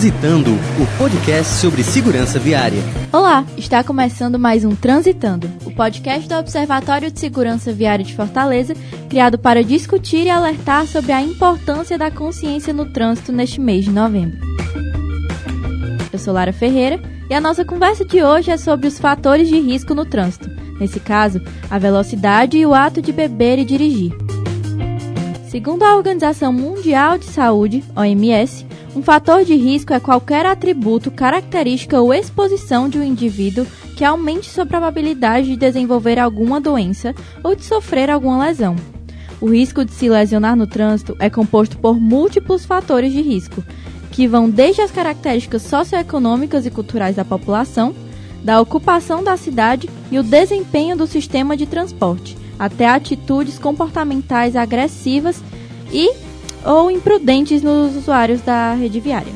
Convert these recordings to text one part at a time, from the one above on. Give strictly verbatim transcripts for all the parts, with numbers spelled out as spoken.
Transitando, o podcast sobre segurança viária. Olá, está começando mais um Transitando, o podcast do Observatório de Segurança Viária de Fortaleza, criado para discutir e alertar sobre a importância da consciência no trânsito neste mês de novembro. Eu sou Lara Ferreira e a nossa conversa de hoje é sobre os fatores de risco no trânsito, nesse caso, a velocidade e o ato de beber e dirigir. Segundo a Organização Mundial de Saúde, O M S, um fator de risco é qualquer atributo, característica ou exposição de um indivíduo que aumente sua probabilidade de desenvolver alguma doença ou de sofrer alguma lesão. O risco de se lesionar no trânsito é composto por múltiplos fatores de risco, que vão desde as características socioeconômicas e culturais da população, da ocupação da cidade e o desempenho do sistema de transporte, até atitudes comportamentais agressivas e ou imprudentes nos usuários da rede viária.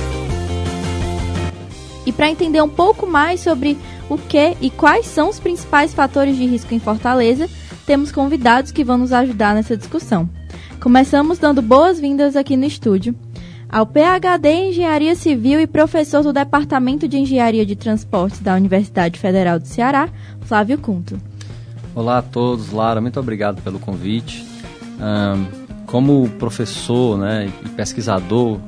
E para entender um pouco mais sobre o que e quais são os principais fatores de risco em Fortaleza, temos convidados que vão nos ajudar nessa discussão. Começamos dando boas-vindas aqui no estúdio ao P H D em Engenharia Civil e professor do Departamento de Engenharia de Transportes da Universidade Federal do Ceará, Flávio Cunto. Olá a todos, Lara, muito obrigado pelo convite. Um, como professor, né, e pesquisador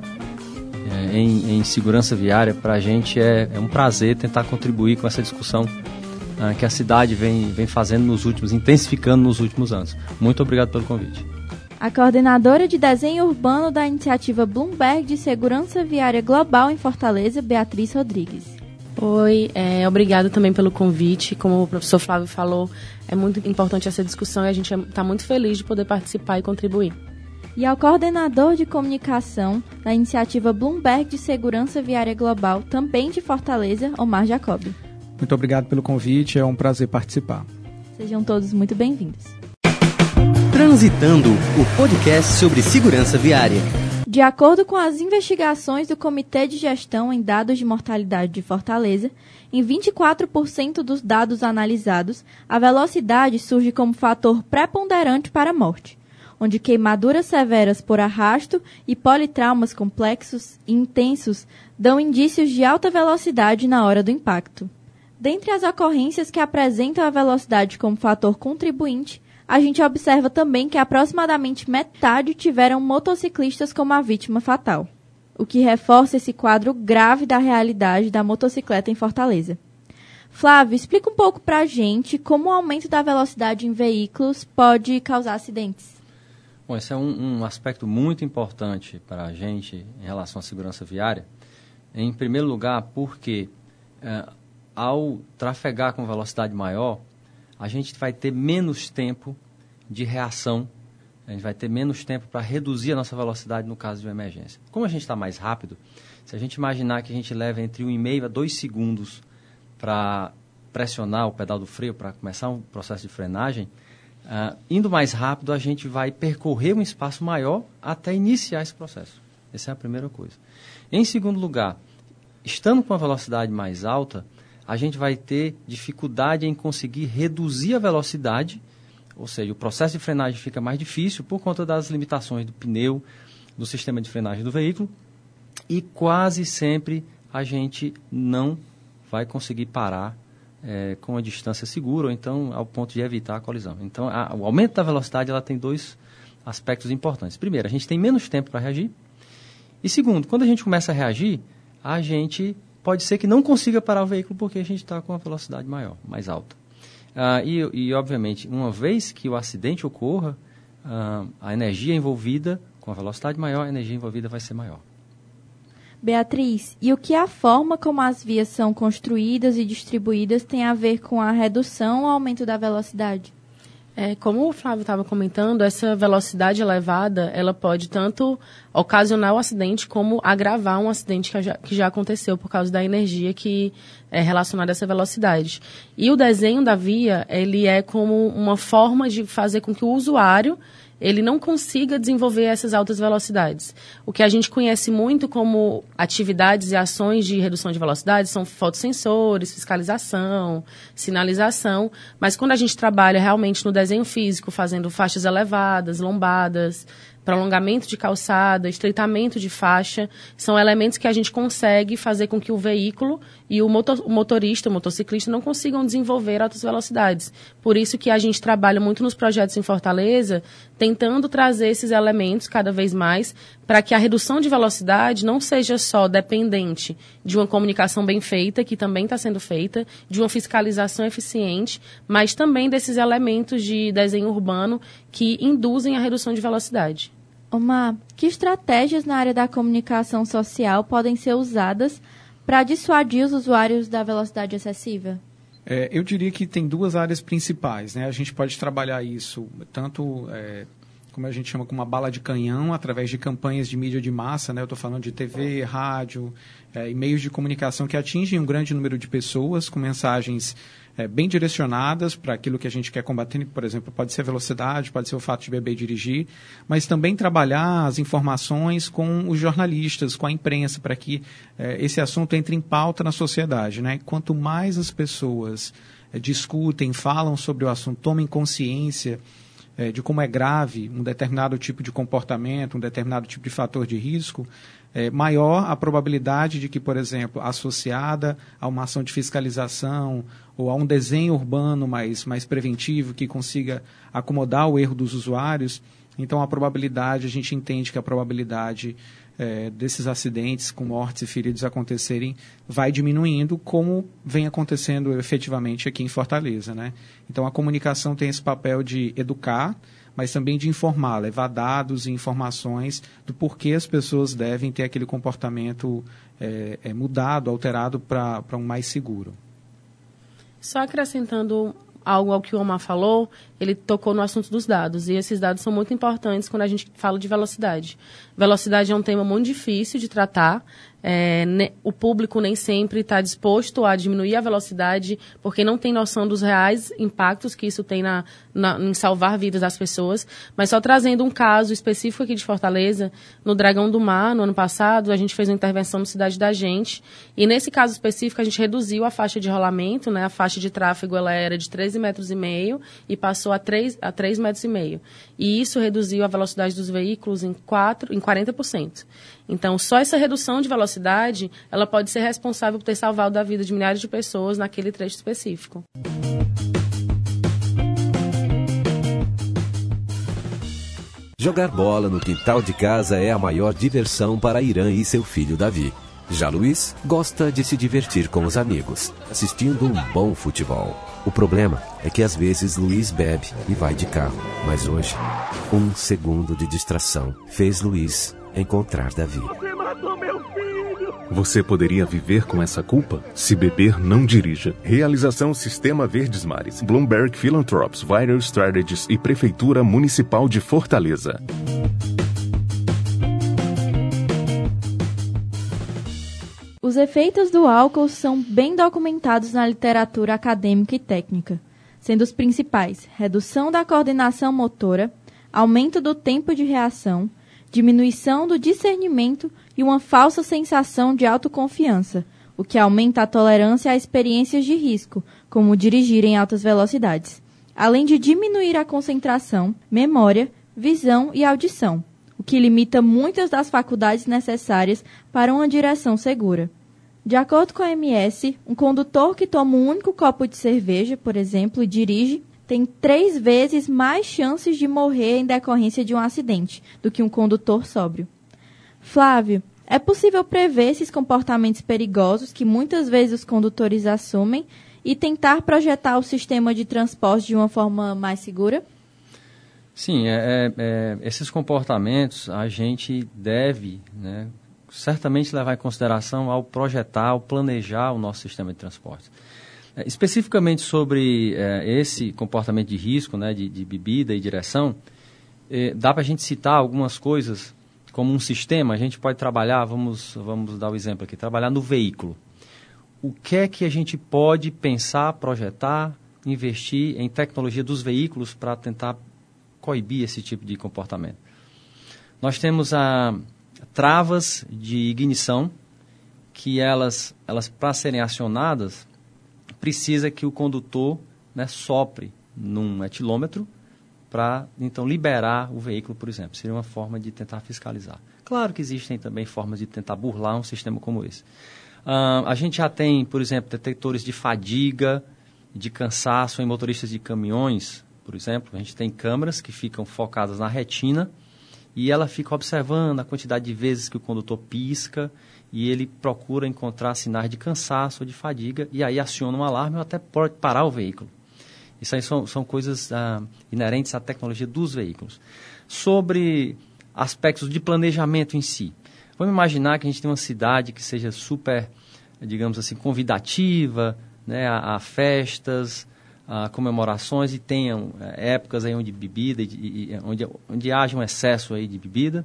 é, em, em segurança viária, para a gente é, é um prazer tentar contribuir com essa discussão uh, que a cidade vem, vem fazendo nos últimos, intensificando nos últimos anos. Muito obrigado pelo convite. A coordenadora de desenho urbano da iniciativa Bloomberg de Segurança Viária Global em Fortaleza, Beatriz Rodrigues. Oi, é, obrigado também pelo convite. Como o professor Flávio falou, é muito importante essa discussão e a gente está muito feliz de poder participar e contribuir. E ao coordenador de comunicação da iniciativa Bloomberg de Segurança Viária Global, também de Fortaleza, Omar Jacob. Muito obrigado pelo convite, é um prazer participar. Sejam todos muito bem-vindos. Transitando, o podcast sobre segurança viária. De acordo com as investigações do Comitê de Gestão em Dados de Mortalidade de Fortaleza, em vinte e quatro por cento dos dados analisados, a velocidade surge como fator preponderante para a morte, onde queimaduras severas por arrasto e politraumas complexos e intensos dão indícios de alta velocidade na hora do impacto. Dentre as ocorrências que apresentam a velocidade como fator contribuinte, a gente observa também que aproximadamente metade tiveram motociclistas como a vítima fatal, o que reforça esse quadro grave da realidade da motocicleta em Fortaleza. Flávio, explica um pouco pra gente como o aumento da velocidade em veículos pode causar acidentes. Bom, esse é um, um aspecto muito importante para a gente em relação à segurança viária. Em primeiro lugar, porque é, ao trafegar com velocidade maior, a gente vai ter menos tempo de reação, a gente vai ter menos tempo para reduzir a nossa velocidade no caso de uma emergência. Como a gente está mais rápido, se a gente imaginar que a gente leva entre um e meio a dois segundos para pressionar o pedal do freio, para começar um processo de frenagem, Uh, indo mais rápido, a gente vai percorrer um espaço maior até iniciar esse processo. Essa é a primeira coisa. Em segundo lugar, estando com a velocidade mais alta, a gente vai ter dificuldade em conseguir reduzir a velocidade, ou seja, o processo de frenagem fica mais difícil por conta das limitações do pneu, do sistema de frenagem do veículo, e quase sempre a gente não vai conseguir parar É, com a distância segura, ou então ao ponto de evitar a colisão. Então, a, o aumento da velocidade ela tem dois aspectos importantes. Primeiro, a gente tem menos tempo para reagir. E segundo, quando a gente começa a reagir, a gente pode ser que não consiga parar o veículo porque a gente está com uma velocidade maior, mais alta. Ah, e, e, obviamente, uma vez que o acidente ocorra, ah, a energia envolvida, com a velocidade maior, a energia envolvida vai ser maior. Beatriz, e o que a forma como as vias são construídas e distribuídas tem a ver com a redução ou aumento da velocidade? É, como o Flávio estava comentando, essa velocidade elevada, ela pode tanto ocasionar o acidente como agravar um acidente que já, que já aconteceu por causa da energia que é relacionada a essa velocidade. E o desenho da via, ele é como uma forma de fazer com que o usuário ele não consiga desenvolver essas altas velocidades. O que a gente conhece muito como atividades e ações de redução de velocidade são fotossensores, fiscalização, sinalização, mas quando a gente trabalha realmente no desenho físico, fazendo faixas elevadas, lombadas, prolongamento de calçada, estreitamento de faixa, são elementos que a gente consegue fazer com que o veículo e o, motor, o motorista, o motociclista não consigam desenvolver altas velocidades. Por isso que a gente trabalha muito nos projetos em Fortaleza, tentando trazer esses elementos cada vez mais para que a redução de velocidade não seja só dependente de uma comunicação bem feita, que também está sendo feita, de uma fiscalização eficiente, mas também desses elementos de desenho urbano que induzem a redução de velocidade. Omar, que estratégias na área da comunicação social podem ser usadas para dissuadir os usuários da velocidade excessiva? É, eu diria que tem duas áreas principais, né? A gente pode trabalhar isso tanto, é, como a gente chama, com uma bala de canhão, através de campanhas de mídia de massa, né? Eu estou falando de T V, rádio, é, e meios de comunicação que atingem um grande número de pessoas com mensagens é, bem direcionadas para aquilo que a gente quer combater. Por exemplo, pode ser a velocidade, pode ser o fato de beber e dirigir, mas também trabalhar as informações com os jornalistas, com a imprensa, para que é, esse assunto entre em pauta na sociedade, né? Quanto mais as pessoas é, discutem, falam sobre o assunto, tomem consciência é, de como é grave um determinado tipo de comportamento, um determinado tipo de fator de risco, é, maior a probabilidade de que, por exemplo, associada a uma ação de fiscalização ou a um desenho urbano mais, mais preventivo que consiga acomodar o erro dos usuários, então a probabilidade, a gente entende que a probabilidade é, desses acidentes com mortes e feridos acontecerem vai diminuindo, como vem acontecendo efetivamente aqui em Fortaleza, né? Então a comunicação tem esse papel de educar, mas também de informar, levar dados e informações do porquê as pessoas devem ter aquele comportamento é, é, mudado, alterado para um mais seguro. Só acrescentando algo ao que o Omar falou, ele tocou no assunto dos dados, e esses dados são muito importantes quando a gente fala de velocidade. Velocidade é um tema muito difícil de tratar, é, ne, o público nem sempre está disposto a diminuir a velocidade, porque não tem noção dos reais impactos que isso tem na, na, em salvar vidas das pessoas, mas só trazendo um caso específico aqui de Fortaleza, no Dragão do Mar, no ano passado, a gente fez uma intervenção no Cidade da Gente, e nesse caso específico a gente reduziu a faixa de rolamento, né, a faixa de tráfego ela era de treze metros e meio e passou a três, a três metros e meio. E isso reduziu a velocidade dos veículos em, quatro, em quarenta por cento. Então, só essa redução de velocidade, ela pode ser responsável por ter salvado a vida de milhares de pessoas naquele trecho específico. Jogar bola no quintal de casa é a maior diversão para Irã e seu filho Davi. Já Luiz gosta de se divertir com os amigos, assistindo um bom futebol. O problema é que às vezes Luiz bebe e vai de carro, mas hoje, um segundo de distração fez Luiz encontrar Davi. Você matou meu filho! Você poderia viver com essa culpa? Se beber, não dirija. Realização Sistema Verdes Mares, Bloomberg Philanthropies, Vital Strategies e Prefeitura Municipal de Fortaleza. Os efeitos do álcool são bem documentados na literatura acadêmica e técnica, sendo os principais redução da coordenação motora, aumento do tempo de reação, diminuição do discernimento e uma falsa sensação de autoconfiança, o que aumenta a tolerância a experiências de risco, como dirigir em altas velocidades, além de diminuir a concentração, memória, visão e audição, o que limita muitas das faculdades necessárias para uma direção segura. De acordo com a O M S, um condutor que toma um único copo de cerveja, por exemplo, e dirige, tem três vezes mais chances de morrer em decorrência de um acidente do que um condutor sóbrio. Flávio, é possível prever esses comportamentos perigosos que muitas vezes os condutores assumem e tentar projetar o sistema de transporte de uma forma mais segura? Sim, é, é, esses comportamentos a gente deve, né, certamente levar em consideração ao projetar, ao planejar o nosso sistema de transporte. É, especificamente sobre é, esse comportamento de risco, né, de, de bebida e direção, é, dá para a gente citar algumas coisas como um sistema. A gente pode trabalhar, vamos, vamos dar o um exemplo aqui, trabalhar no veículo. O que é que a gente pode pensar, projetar, investir em tecnologia dos veículos para tentar coibir esse tipo de comportamento? Nós temos a travas de ignição, que elas, elas para serem acionadas, precisa que o condutor, né, sopre num etilômetro para, então, liberar o veículo, por exemplo. Seria uma forma de tentar fiscalizar. Claro que existem também formas de tentar burlar um sistema como esse. Uh, a gente já tem, por exemplo, detectores de fadiga, de cansaço em motoristas de caminhões, por exemplo. A gente tem câmeras que ficam focadas na retina e ela fica observando a quantidade de vezes que o condutor pisca e ele procura encontrar sinais de cansaço ou de fadiga e aí aciona um alarme ou até pode parar o veículo. Isso aí são, são coisas ah, inerentes à tecnologia dos veículos. Sobre aspectos de planejamento em si. Vamos imaginar que a gente tem uma cidade que seja super, digamos assim, convidativa, né, a, a festas, a comemorações e tenham é, épocas aí onde bebida, e, e, onde, onde haja um excesso aí de bebida.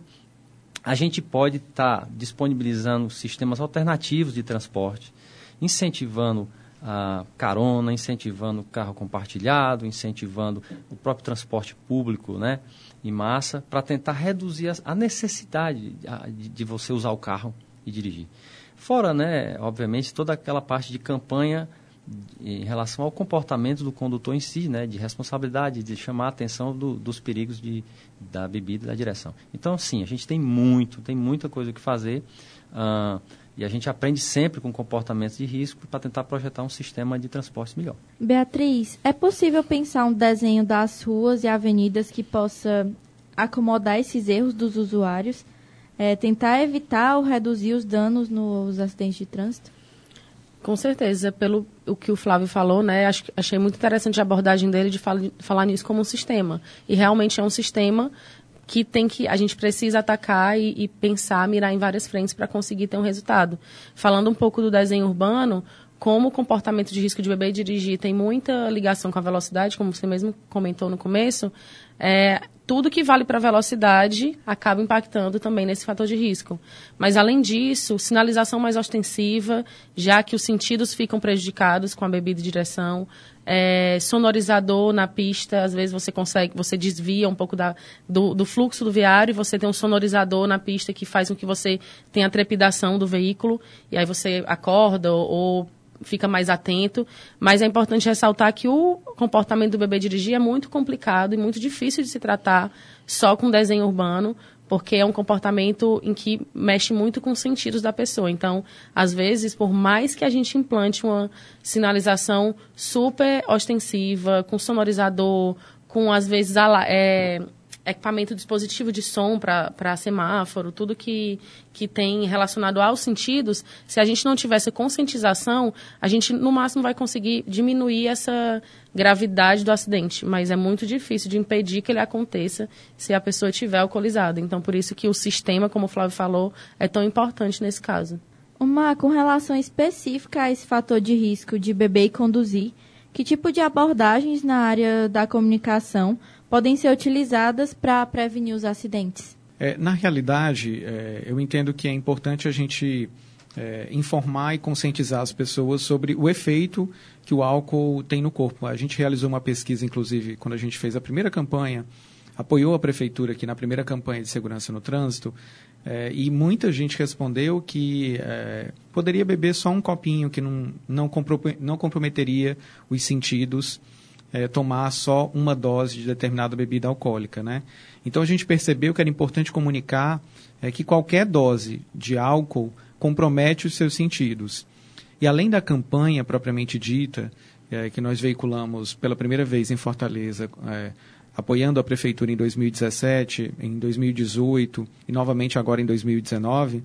A gente pode estar tá disponibilizando sistemas alternativos de transporte, incentivando a carona, incentivando o carro compartilhado, incentivando o próprio transporte público, né, em massa, para tentar reduzir a necessidade de, de você usar o carro e dirigir. Fora, né, obviamente, toda aquela parte de campanha em relação ao comportamento do condutor em si, né, de responsabilidade, de chamar a atenção do, dos perigos de, da bebida e da direção. Então, sim, a gente tem muito, tem muita coisa que fazer uh, e a gente aprende sempre com comportamentos de risco para tentar projetar um sistema de transporte melhor. Beatriz, é possível pensar um desenho das ruas e avenidas que possa acomodar esses erros dos usuários, é, tentar evitar ou reduzir os danos nos acidentes de trânsito? Com certeza, pelo o que o Flávio falou, né, acho, achei muito interessante a abordagem dele de fala, falar nisso como um sistema. E realmente é um sistema que tem que a gente precisa atacar e, e pensar, mirar em várias frentes para conseguir ter um resultado. Falando um pouco do desenho urbano, como o comportamento de risco de beber e dirigir tem muita ligação com a velocidade, como você mesmo comentou no começo, é, tudo que vale para a velocidade acaba impactando também nesse fator de risco. Mas, além disso, sinalização mais ostensiva, já que os sentidos ficam prejudicados com a bebida e direção, é, sonorizador na pista, às vezes você consegue, você desvia um pouco da, do, do fluxo do viário e você tem um sonorizador na pista que faz com que você tenha a trepidação do veículo e aí você acorda ou, ou fica mais atento, mas é importante ressaltar que o comportamento do bebê dirigir é muito complicado e muito difícil de se tratar só com desenho urbano, porque é um comportamento em que mexe muito com os sentidos da pessoa. Então, às vezes, por mais que a gente implante uma sinalização super ostensiva, com sonorizador, com, às vezes, é, equipamento, dispositivo de som para semáforo, tudo que, que tem relacionado aos sentidos, se a gente não tiver essa conscientização, a gente, no máximo, vai conseguir diminuir essa gravidade do acidente, mas é muito difícil de impedir que ele aconteça se a pessoa estiver alcoolizada. Então, por isso que o sistema, como o Flávio falou, é tão importante nesse caso. Uma, com relação específica a esse fator de risco de beber e conduzir, que tipo de abordagens na área da comunicação podem ser utilizadas para prevenir os acidentes? É, na realidade, é, eu entendo que é importante a gente é, informar e conscientizar as pessoas sobre o efeito que o álcool tem no corpo. A gente realizou uma pesquisa, inclusive, quando a gente fez a primeira campanha, apoiou a prefeitura aqui na primeira campanha de segurança no trânsito, é, e muita gente respondeu que é, poderia beber só um copinho, que não, não, não comprometeria os sentidos, É, tomar só uma dose de determinada bebida alcoólica, né? Então, a gente percebeu que era importante comunicar é, que qualquer dose de álcool compromete os seus sentidos. E além da campanha propriamente dita, é, que nós veiculamos pela primeira vez em Fortaleza, é, apoiando a Prefeitura em dois mil e dezessete, em dois mil e dezoito e novamente agora em dois mil e dezenove,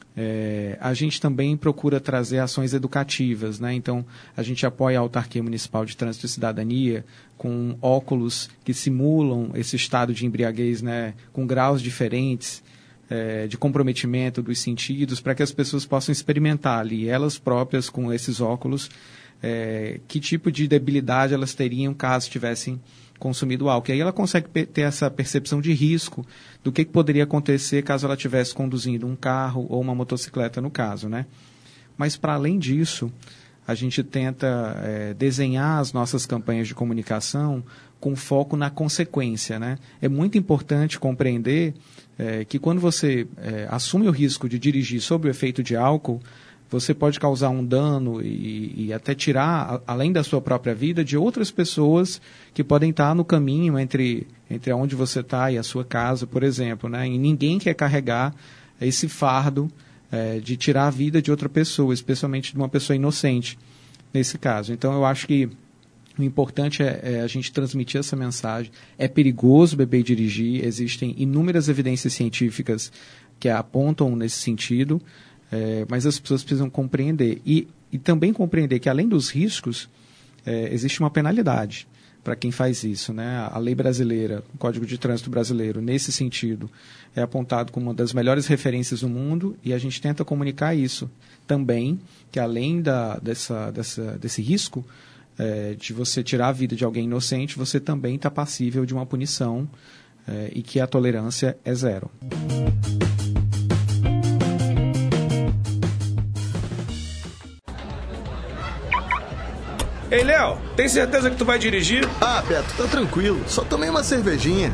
É, a gente também procura trazer ações educativas, né? Então, a gente apoia a Autarquia Municipal de Trânsito e Cidadania com óculos que simulam esse estado de embriaguez, né? Com graus diferentes é, de comprometimento dos sentidos, para que as pessoas possam experimentar ali, elas próprias com esses óculos, é, que tipo de debilidade elas teriam caso tivessem consumido álcool. E aí ela consegue ter essa percepção de risco do que, que poderia acontecer caso ela estivesse conduzindo um carro ou uma motocicleta, no caso, né? Mas, para além disso, a gente tenta é, desenhar as nossas campanhas de comunicação com foco na consequência, né? É muito importante compreender é, que quando você é, assume o risco de dirigir sob o efeito de álcool, você pode causar um dano e, e até tirar, a, além da sua própria vida, de outras pessoas que podem estar no caminho entre entre onde você está e a sua casa, por exemplo, né? E ninguém quer carregar esse fardo é, de tirar a vida de outra pessoa, especialmente de uma pessoa inocente, nesse caso. Então, eu acho que o importante é, é a gente transmitir essa mensagem. É perigoso beber e dirigir, existem inúmeras evidências científicas que apontam nesse sentido, é, mas as pessoas precisam compreender. E, e também compreender que, além dos riscos, é, existe uma penalidade para quem faz isso, né? A lei brasileira, o Código de Trânsito brasileiro, nesse sentido, é apontado como uma das melhores referências do mundo, e a gente tenta comunicar isso também, que além da, dessa, dessa, desse risco é, de você tirar a vida de alguém inocente, você também está passível de uma punição é, e que a tolerância é zero. Ei, Léo, tem certeza que tu vai dirigir? Ah, Beto, tá tranquilo. Só tomei uma cervejinha.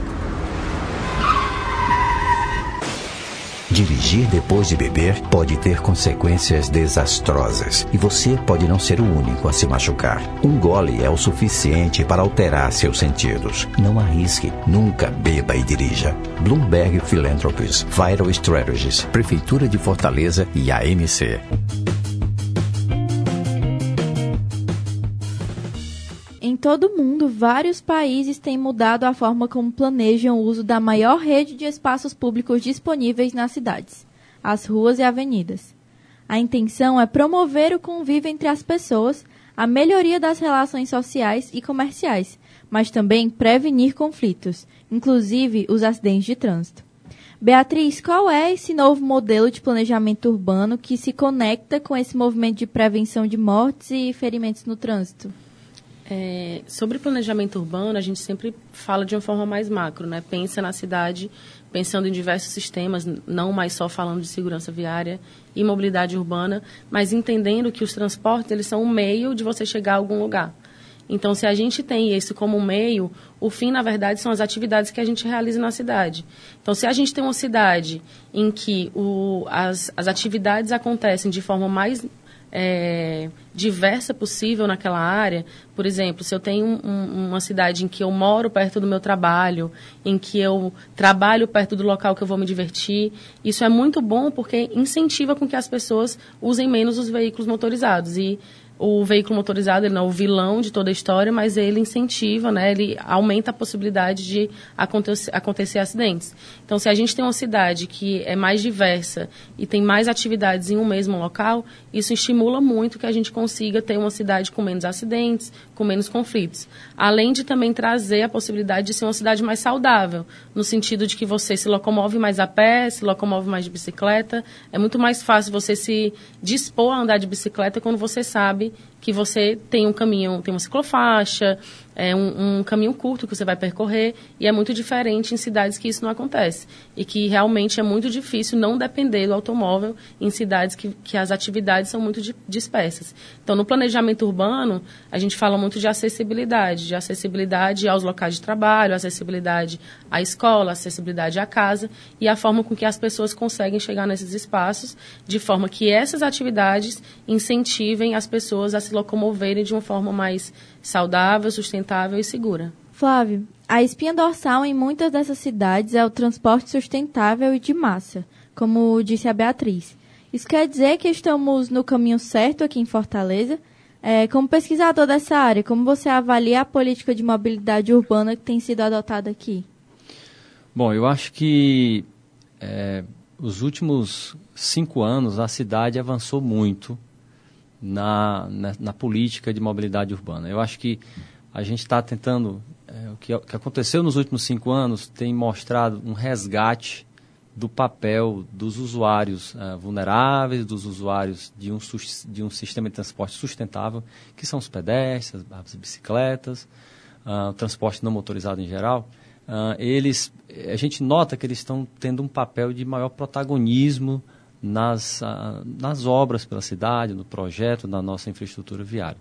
Dirigir depois de beber pode ter consequências desastrosas e você pode não ser o único a se machucar. Um gole é o suficiente para alterar seus sentidos. Não arrisque, nunca beba e dirija. Bloomberg Philanthropies, Vital Strategies, Prefeitura de Fortaleza e A M C. Em todo o mundo, vários países têm mudado a forma como planejam o uso da maior rede de espaços públicos disponíveis nas cidades, as ruas e avenidas. A intenção é promover o convívio entre as pessoas, a melhoria das relações sociais e comerciais, mas também prevenir conflitos, inclusive os acidentes de trânsito. Beatriz, qual é esse novo modelo de planejamento urbano que se conecta com esse movimento de prevenção de mortes e ferimentos no trânsito? É, sobre planejamento urbano, a gente sempre fala de uma forma mais macro, né? Pensa na cidade, pensando em diversos sistemas, não mais só falando de segurança viária e mobilidade urbana, mas entendendo que os transportes eles são um meio de você chegar a algum lugar. Então, se a gente tem isso como um meio, o fim, na verdade, são as atividades que a gente realiza na cidade. Então, se a gente tem uma cidade em que o, as, as atividades acontecem de forma mais É, diversa possível naquela área. Por exemplo, se eu tenho um, uma cidade em que eu moro perto do meu trabalho, em que eu trabalho perto do local que eu vou me divertir, isso é muito bom porque incentiva com que as pessoas usem menos os veículos motorizados. E o veículo motorizado ele não é o vilão de toda a história, mas ele incentiva, né, ele aumenta a possibilidade de acontecer, acontecer acidentes. Então, se a gente tem uma cidade que é mais diversa e tem mais atividades em um mesmo local, isso estimula muito que a gente consiga ter uma cidade com menos acidentes, com menos conflitos. Além de também trazer a possibilidade de ser uma cidade mais saudável, no sentido de que você se locomove mais a pé, se locomove mais de bicicleta. É muito mais fácil você se dispor a andar de bicicleta quando você sabe que você tem um caminho, tem uma ciclofaixa, é um, um caminho curto que você vai percorrer, e é muito diferente em cidades que isso não acontece. E que realmente é muito difícil não depender do automóvel em cidades que, que as atividades são muito dispersas. Então, no planejamento urbano, a gente fala muito de acessibilidade, de acessibilidade aos locais de trabalho, acessibilidade à escola, acessibilidade à casa, e a forma com que as pessoas conseguem chegar nesses espaços, de forma que essas atividades incentivem as pessoas a se locomoverem de uma forma mais saudável, sustentável e segura. Flávio, a espinha dorsal em muitas dessas cidades é o transporte sustentável e de massa, como disse a Beatriz. Isso quer dizer que estamos no caminho certo aqui em Fortaleza? É, como pesquisador dessa área, como você avalia a política de mobilidade urbana que tem sido adotada aqui? Bom, eu acho que é, os últimos cinco anos a cidade avançou muito Na, na, na política de mobilidade urbana. Eu acho que a gente está tentando, é, o, que, o que aconteceu nos últimos cinco anos tem mostrado um resgate do papel dos usuários é, vulneráveis, dos usuários de um, de um sistema de transporte sustentável, que são os pedestres, as bicicletas, uh, o transporte não motorizado em geral. Uh, eles, a gente nota que eles estão tendo um papel de maior protagonismo Nas, uh, nas obras pela cidade, no projeto da nossa infraestrutura viária.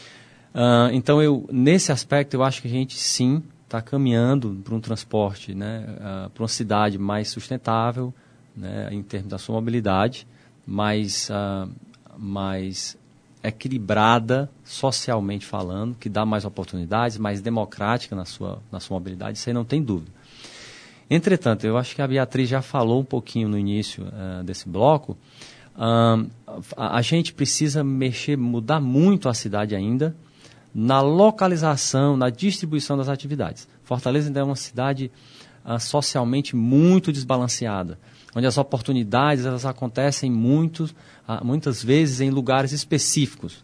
Uh, então, eu, nesse aspecto, eu acho que a gente, sim, está caminhando para um transporte, né, uh, para uma cidade mais sustentável, né, em termos da sua mobilidade, mais, uh, mais equilibrada, socialmente falando, que dá mais oportunidades, mais democrática na sua, na sua mobilidade, isso aí não tem dúvida. Entretanto, eu acho que a Beatriz já falou um pouquinho no início uh, desse bloco, uh, a, a gente precisa mexer, mudar muito a cidade ainda, na localização, na distribuição das atividades. Fortaleza ainda é uma cidade uh, socialmente muito desbalanceada, onde as oportunidades elas acontecem muito, uh, muitas vezes em lugares específicos.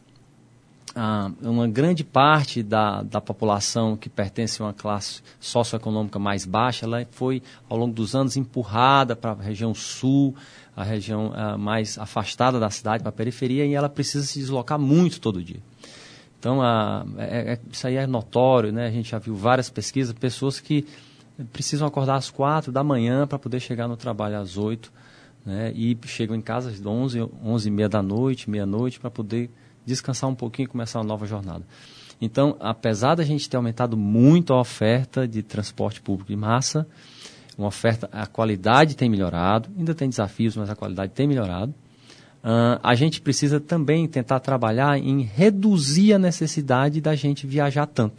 Uh, uma grande parte da, da população que pertence a uma classe socioeconômica mais baixa, ela foi, ao longo dos anos, empurrada para a região sul, a região uh, mais afastada da cidade, para a periferia, e ela precisa se deslocar muito todo dia. Então, uh, é, é, isso aí é notório, né? A gente já viu várias pesquisas, pessoas que precisam acordar às quatro da manhã para poder chegar no trabalho às oito, né? E chegam em casa às onze, onze e meia da noite, meia-noite, para poder descansar um pouquinho e começar uma nova jornada. Então, apesar da gente ter aumentado muito a oferta de transporte público de massa, uma oferta, a qualidade tem melhorado, ainda tem desafios, mas a qualidade tem melhorado. Uh, a gente precisa também tentar trabalhar em reduzir a necessidade da gente viajar tanto.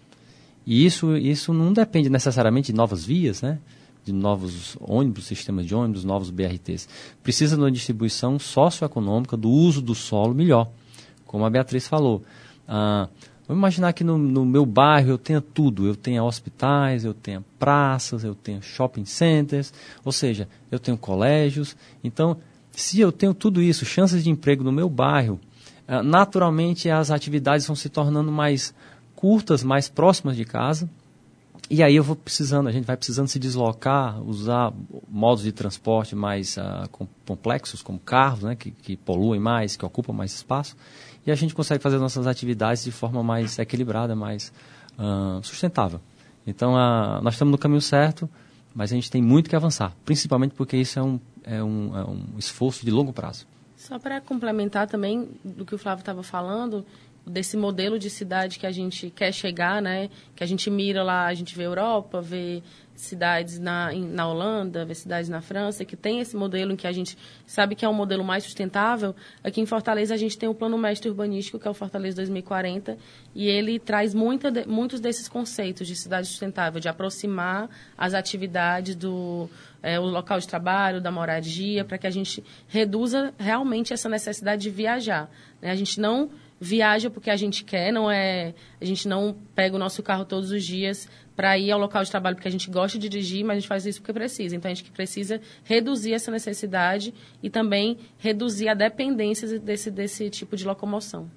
E isso, isso não depende necessariamente de novas vias, né? De novos ônibus, sistemas de ônibus, novos B R Ts. Precisa de uma distribuição socioeconômica, do uso do solo melhor. Como a Beatriz falou, uh, vamos imaginar que no, no meu bairro eu tenha tudo. Eu tenha hospitais, eu tenha praças, eu tenha shopping centers, ou seja, eu tenho colégios. Então, se eu tenho tudo isso, chances de emprego no meu bairro, uh, naturalmente as atividades vão se tornando mais curtas, mais próximas de casa. E aí eu vou precisando, a gente vai precisando se deslocar, usar modos de transporte mais uh, complexos, como carros, né, que, que poluem mais, que ocupam mais espaço. E a gente consegue fazer nossas atividades de forma mais equilibrada, mais uh, sustentável. Então, uh, nós estamos no caminho certo, mas a gente tem muito que avançar, principalmente porque isso é um, é um, é um esforço de longo prazo. Só para complementar também do que o Flávio estava falando, desse modelo de cidade que a gente quer chegar, né? Que a gente mira lá, a gente vê Europa, vê cidades na, na Holanda, vê cidades na França, que tem esse modelo em que a gente sabe que é um modelo mais sustentável. Aqui em Fortaleza a gente tem o Plano Mestre Urbanístico, que é o Fortaleza dois mil e quarenta, e ele traz muita de, muitos desses conceitos de cidade sustentável, de aproximar as atividades do é, o local de trabalho, da moradia, para que a gente reduza realmente essa necessidade de viajar, né? A gente não viaja porque a gente quer, não é, a gente não pega o nosso carro todos os dias para ir ao local de trabalho porque a gente gosta de dirigir, mas a gente faz isso porque precisa. Então, a gente precisa reduzir essa necessidade e também reduzir a dependência desse, desse tipo de locomoção.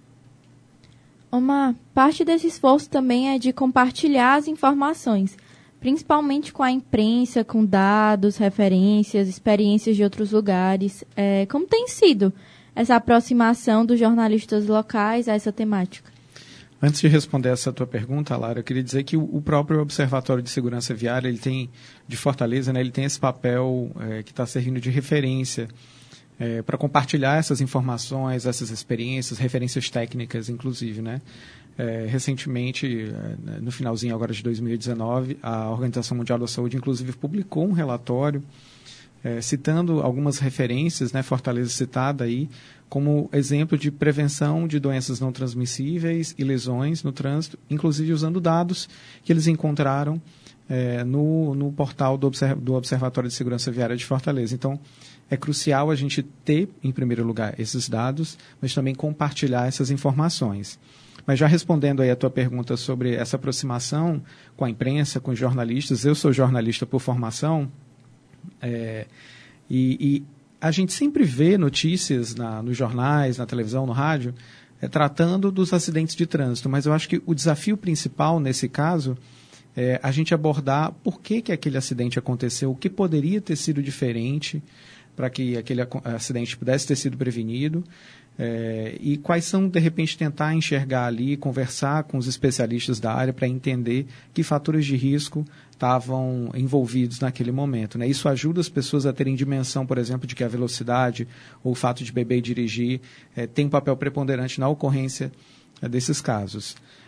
Uma parte desse esforço também é de compartilhar as informações, principalmente com a imprensa, com dados, referências, experiências de outros lugares. É, como tem sido essa aproximação dos jornalistas locais a essa temática? Antes de responder essa tua pergunta, Lara, eu queria dizer que o próprio Observatório de Segurança Viária, ele tem, de Fortaleza, né, ele tem esse papel é, que está servindo de referência é, para compartilhar essas informações, essas experiências, referências técnicas, inclusive, né? É, recentemente, é, no finalzinho agora de dois mil e dezenove, a Organização Mundial da Saúde, inclusive, publicou um relatório É, citando algumas referências, né, Fortaleza citada aí, como exemplo de prevenção de doenças não transmissíveis e lesões no trânsito, inclusive usando dados que eles encontraram é, no, no portal do, Observ- do Observatório de Segurança Viária de Fortaleza. Então, é crucial a gente ter, em primeiro lugar, esses dados, mas também compartilhar essas informações. Mas já respondendo aí a tua pergunta sobre essa aproximação com a imprensa, com os jornalistas, eu sou jornalista por formação. É, e, e a gente sempre vê notícias na, nos jornais, na televisão, no rádio, é, tratando dos acidentes de trânsito, mas eu acho que o desafio principal nesse caso é a gente abordar por que, que aquele acidente aconteceu, o que poderia ter sido diferente para que aquele acidente pudesse ter sido prevenido, é, e quais são, de repente, tentar enxergar ali, conversar com os especialistas da área para entender que fatores de risco estavam envolvidos naquele momento, né? Isso ajuda as pessoas a terem dimensão, por exemplo, de que a velocidade ou o fato de beber e dirigir é, tem um papel preponderante na ocorrência é, desses casos.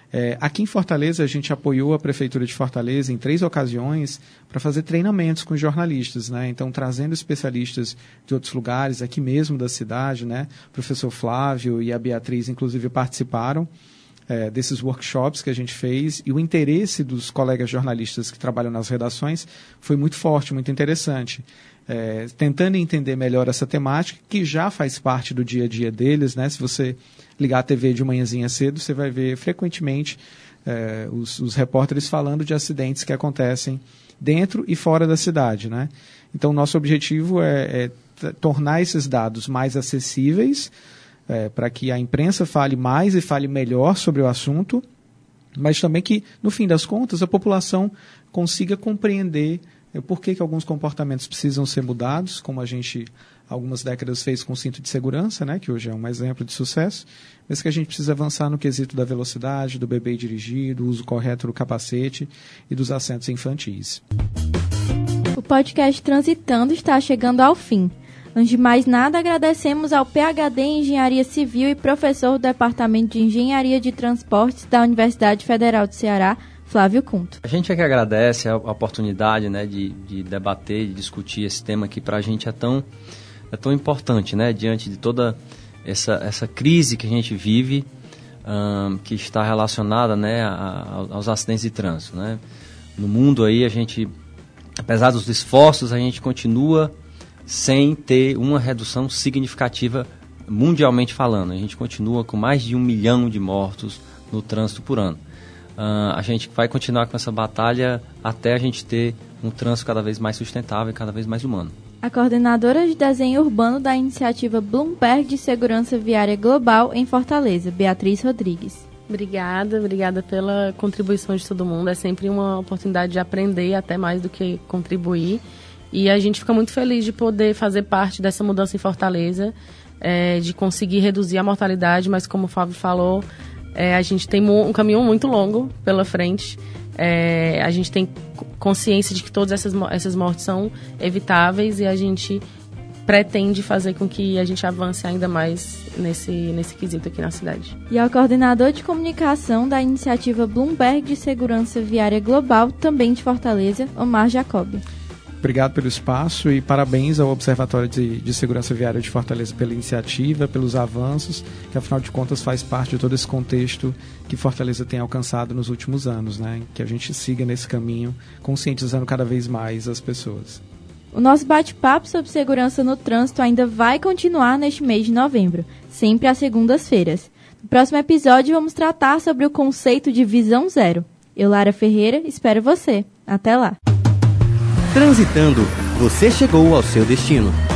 É, aqui em Fortaleza, a gente apoiou a Prefeitura de Fortaleza em três ocasiões para fazer treinamentos com jornalistas, né? Então, trazendo especialistas de outros lugares, aqui mesmo da cidade, né? O professor Flávio e a Beatriz, inclusive, participaram é, desses workshops que a gente fez, e o interesse dos colegas jornalistas que trabalham nas redações foi muito forte, muito interessante. É, tentando entender melhor essa temática, que já faz parte do dia a dia deles, né? Se você ligar a T V de manhãzinha cedo, você vai ver frequentemente é, os, os repórteres falando de acidentes que acontecem dentro e fora da cidade, né? Então, nosso objetivo é, é t- tornar esses dados mais acessíveis, é, para que a imprensa fale mais e fale melhor sobre o assunto, mas também que, no fim das contas, a população consiga compreender por que que alguns comportamentos precisam ser mudados, como a gente, algumas décadas, fez com o cinto de segurança, né, que hoje é um exemplo de sucesso, mas que a gente precisa avançar no quesito da velocidade, do bebê dirigir, do uso correto do capacete e dos assentos infantis. O podcast Transitando está chegando ao fim. Antes de mais nada, agradecemos ao P H D em Engenharia Civil e professor do Departamento de Engenharia de Transportes da Universidade Federal do Ceará, Flávio Cunto. A gente é que agradece a oportunidade, né, de, de debater, de discutir esse tema que para a gente é tão, é tão importante, né, diante de toda essa, essa crise que a gente vive, um, que está relacionada, né, a, aos acidentes de trânsito, né. No mundo aí, a gente, apesar dos esforços, a gente continua sem ter uma redução significativa mundialmente falando. A gente continua com mais de um milhão de mortos no trânsito por ano. Uh, a gente vai continuar com essa batalha até a gente ter um trânsito cada vez mais sustentável e cada vez mais humano. A coordenadora de desenho urbano da iniciativa Bloomberg de Segurança Viária Global em Fortaleza, Beatriz Rodrigues. Obrigada, obrigada pela contribuição de todo mundo. É sempre uma oportunidade de aprender até mais do que contribuir. E a gente fica muito feliz de poder fazer parte dessa mudança em Fortaleza, é, de conseguir reduzir a mortalidade, mas como o Fábio falou, É, a gente tem um caminho muito longo pela frente. É, a gente tem consciência de que todas essas, essas mortes são evitáveis e a gente pretende fazer com que a gente avance ainda mais nesse, nesse quesito aqui na cidade. E ao coordenador de comunicação da iniciativa Bloomberg de Segurança Viária Global, também de Fortaleza, Omar Jacob. Obrigado pelo espaço e parabéns ao Observatório de, de Segurança Viária de Fortaleza pela iniciativa, pelos avanços, que afinal de contas faz parte de todo esse contexto que Fortaleza tem alcançado nos últimos anos, né? Que a gente siga nesse caminho, conscientizando cada vez mais as pessoas. O nosso bate-papo sobre segurança no trânsito ainda vai continuar neste mês de novembro, sempre às segundas-feiras. No próximo episódio vamos tratar sobre o conceito de visão zero. Eu, Lara Ferreira, espero você. Até lá! Transitando, você chegou ao seu destino.